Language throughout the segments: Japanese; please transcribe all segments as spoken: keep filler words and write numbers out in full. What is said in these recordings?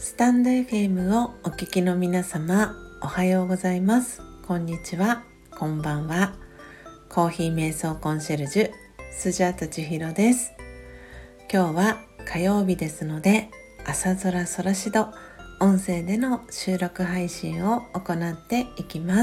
スタンド エフエム をお聞きの皆様、おはようございます。こんにちは、こんばんは。コーヒー瞑想コンシェルジュスジャータ千尋です。今日は火曜日ですので、朝空空しど音声での収録配信を行っていきます。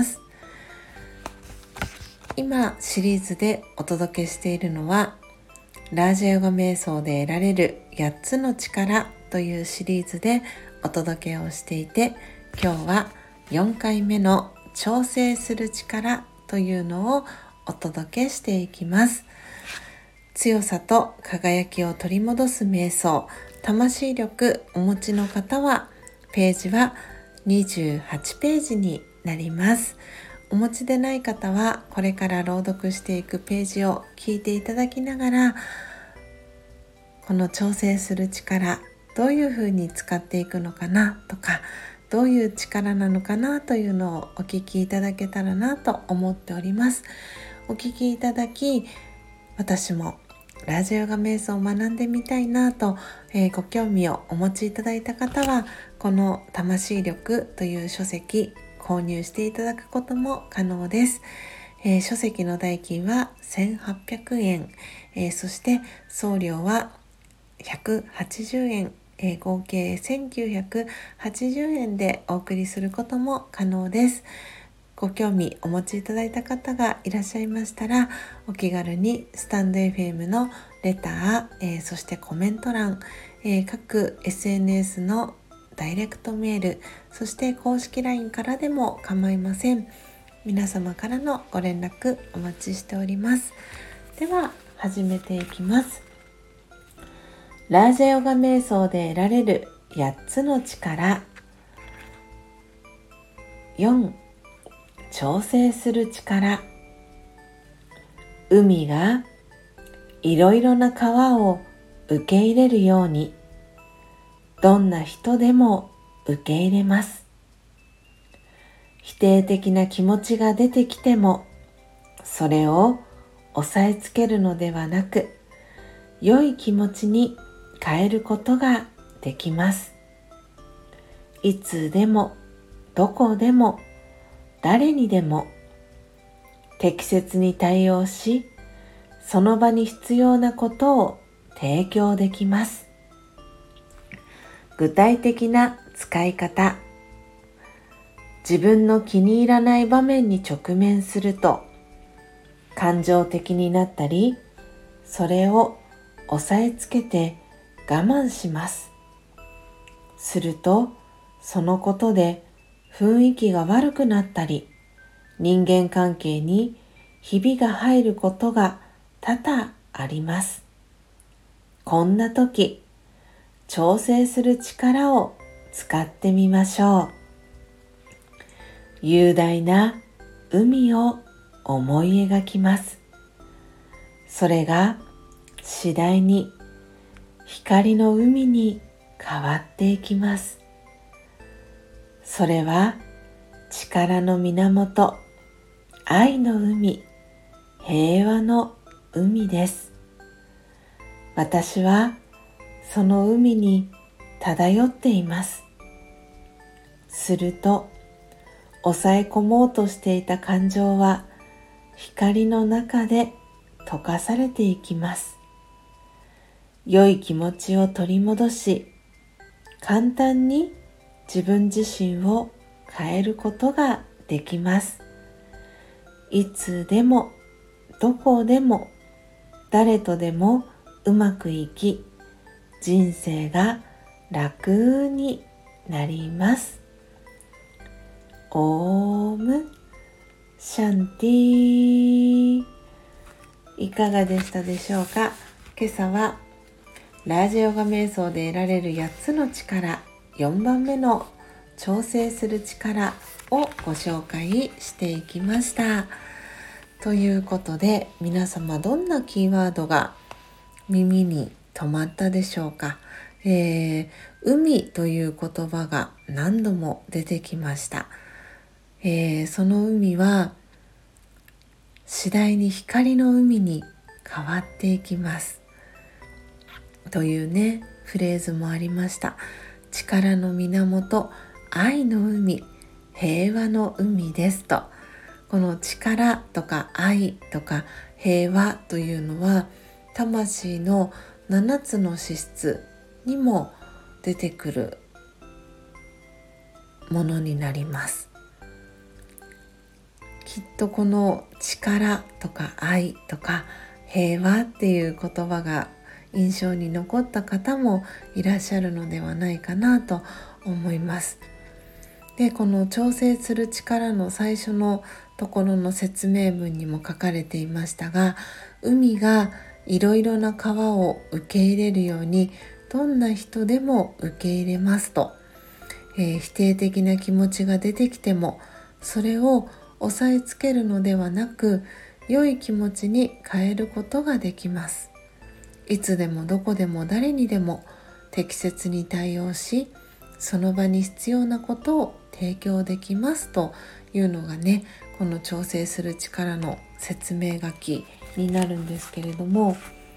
今シリーズでお届けしているのは、ラージャヨガ瞑想で得られるやっつの力というシリーズでお届けをしていて、今日はよんかいめの調整する力というのをお届けしていきます。強さと輝きを取り戻す瞑想、魂力お持ちの方はページはにじゅうはちページになります。お持ちでない方はこれから朗読していくページを聞いていただきながら、この調整する力、どういうふうに使っていくのかなとか、どういう力なのかなというのをお聞きいただけたらなと思っております。お聞きいただき、私もラージャヨガ瞑想を学んでみたいなと、えー、ご興味をお持ちいただいた方は、この魂力という書籍購入していただくことも可能です。えー、書籍の代金はせんはっぴゃくえん、えー、そして送料はひゃくはちじゅうえん、えー、合計せんきゅうひゃくはちじゅうえんでお送りすることも可能です。ご興味お持ちいただいた方がいらっしゃいましたら、お気軽にスタンド エフエム のレター、えー、そしてコメント欄、えー、各 エスエヌエス のダイレクトメール、そして公式 ライン からでも構いません。皆様からのご連絡お待ちしております。では始めていきます。ラージャヨガ瞑想で得られるやっつの力。よん、調整する力。海がいろいろな川を受け入れるように、どんな人でも受け入れます。否定的な気持ちが出てきても、それを押さえつけるのではなく、良い気持ちに変えることができます。いつでも、どこでも、誰にでも適切に対応し、その場に必要なことを提供できます。具体的な使い方。自分の気に入らない場面に直面すると、感情的になったり、それを押さえつけて我慢します。すると、そのことで雰囲気が悪くなったり、人間関係にひびが入ることが多々あります。こんな時、調整する力を使ってみましょう。雄大な海を思い描きます。それが次第に光の海に変わっていきます。それは力の源、愛の海、平和の海です。私はその海に漂っています。すると、抑え込もうとしていた感情は光の中で溶かされていきます。良い気持ちを取り戻し、簡単に自分自身を変えることができます。いつでも、どこでも、誰とでもうまくいき、人生が楽になります。オームシャンティー。いかがでしたでしょうか。今朝はラージャヨガ瞑想で得られるやっつの力、よんばんめの調整する力をご紹介していきました。ということで、皆様どんなキーワードが耳に留まったでしょうか。えー、海という言葉が何度も出てきました。えー、その海は次第に光の海に変わっていきますというねフレーズもありました。 力の源、愛の海、平和の海ですと。この力とか愛とか平和というのは魂のななつの資質にも出てくるものになります。きっとこの力とか愛とか平和っていう言葉が印象に残った方もいらっしゃるのではないかなと思います。で、この調整する力の最初のところの説明文にも書かれていましたが、海がいろいろな川を受け入れるようにどんな人でも受け入れますと、えー、否定的な気持ちが出てきてもそれを押さえつけるのではなく、良い気持ちに変えることができます。いつでもどこでも誰にでも適切に対応し、その場に必要なことを提供できますというのがね、この調整する力の説明書きになるんですけれども、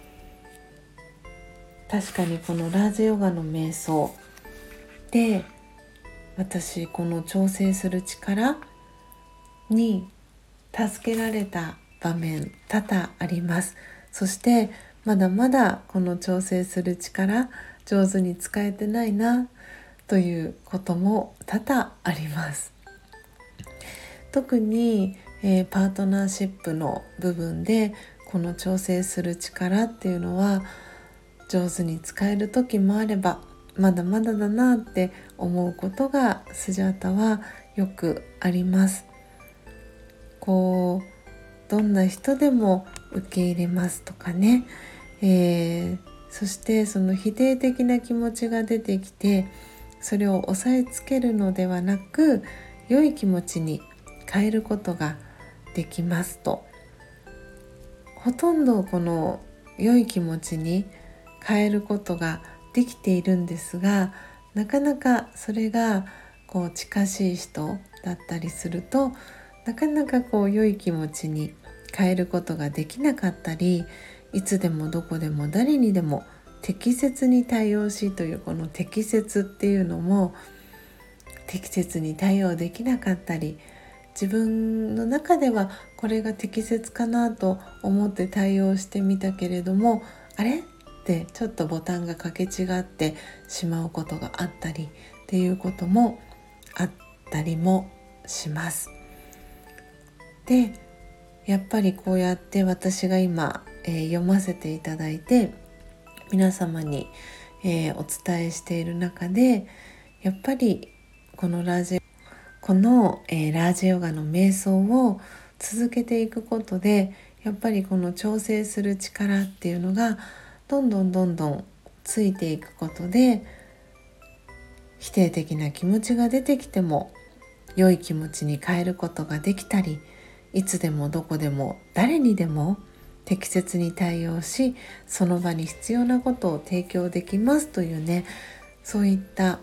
確かにこのラージャヨガの瞑想で私この調整する力に助けられた場面多々あります。そしてまだまだこの調整する力上手に使えてないなということも多々あります。特に、えー、パートナーシップの部分でこの調整する力っていうのは上手に使える時もあれば、まだまだだなって思うことがスジャータはよくあります。こうどんな人でも受け入れますとかね、えー、そしてその否定的な気持ちが出てきてそれを押さえつけるのではなく、良い気持ちに変えることができますと。ほとんどこの良い気持ちに変えることができているんですが、なかなかそれがこう近しい人だったりすると、なかなかこう良い気持ちに変えることができなかったり、いつでもどこでも誰にでも適切に対応しというこの適切っていうのも適切に対応できなかったり、自分の中ではこれが適切かなと思って対応してみたけれども、あれってちょっとボタンが掛け違ってしまうことがあったりっていうこともあったりもします。で、やっぱりこうやって私が今、えー、読ませていただいて皆様に、えー、お伝えしている中で、やっぱりこのラージこの、えー、ラージヨガの瞑想を続けていくことで、やっぱりこの調整する力っていうのがどんどんどんどんついていくことで、否定的な気持ちが出てきても良い気持ちに変えることができたり、いつでもどこでも誰にでも適切に対応し、その場に必要なことを提供できますというね、そういった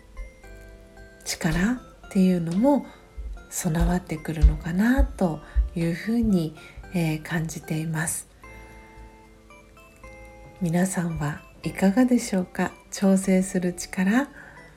力っていうのも備わってくるのかなというふうに、えー、感じています。皆さんはいかがでしょうか？調整する力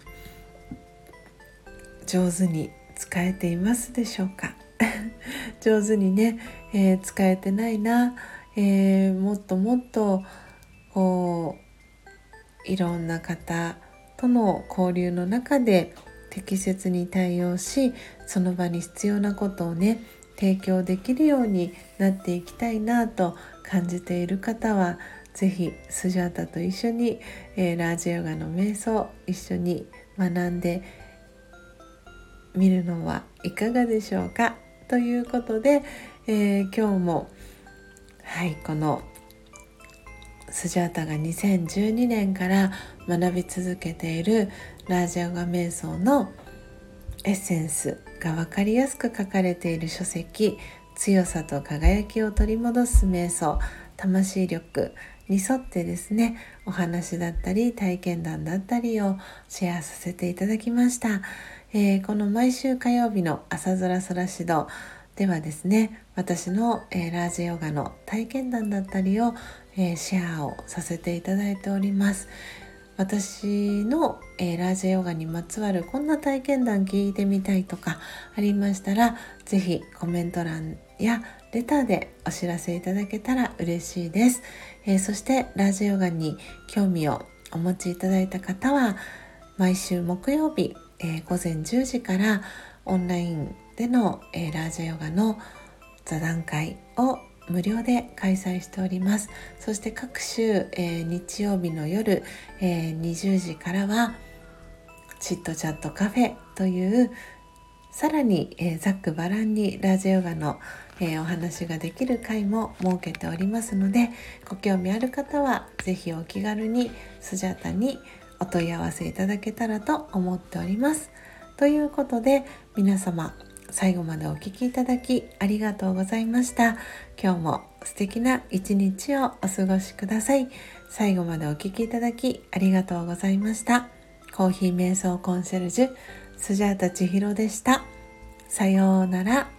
上手に使えていますでしょうか？上手にね、えー、使えてないな、えー、もっともっとこういろんな方との交流の中で適切に対応し、その場に必要なことをね提供できるようになっていきたいなと感じている方は、ぜひスジャータと一緒に、えー、ラージヨガの瞑想一緒に学んでみるのはいかがでしょうか？ということで、えー、今日もはいこのスジャータがにせんじゅうにねんから学び続けているラージヨガ瞑想のエッセンスが分かりやすく書かれている書籍、強さと輝きを取り戻す瞑想魂力に沿ってですね、お話だったり体験談だったりをシェアさせていただきました。えー、この毎週火曜日の朝空空指導ではですね、私の、えー、ラージヨガの体験談だったりを、えー、シェアをさせていただいております。 私の、えー、ラージャヨガにまつわるこんな体験談聞いてみたいとかありましたら、ぜひコメント欄やレターでお知らせいただけたら嬉しいです。えー、そしてラージャヨガに興味をお持ちいただいた方は、毎週木曜日、えー、午前じゅうじからオンラインでの、えー、ラージャヨガの座談会を無料で開催しております。そして各週、えー、日曜日の夜、えー、にじゅうじからはチットチャットカフェというさらに、えー、ざっくばらんにラージャヨガの、えー、お話ができる会も設けておりますので、ご興味ある方はぜひお気軽にスジャータにお問い合わせいただけたらと思っております。ということで、皆様最後までお聞きいただきありがとうございました。今日も素敵な一日をお過ごしください。最後までお聞きいただきありがとうございました。コーヒー瞑想コンシェルジュスジャータ千尋でした。さようなら。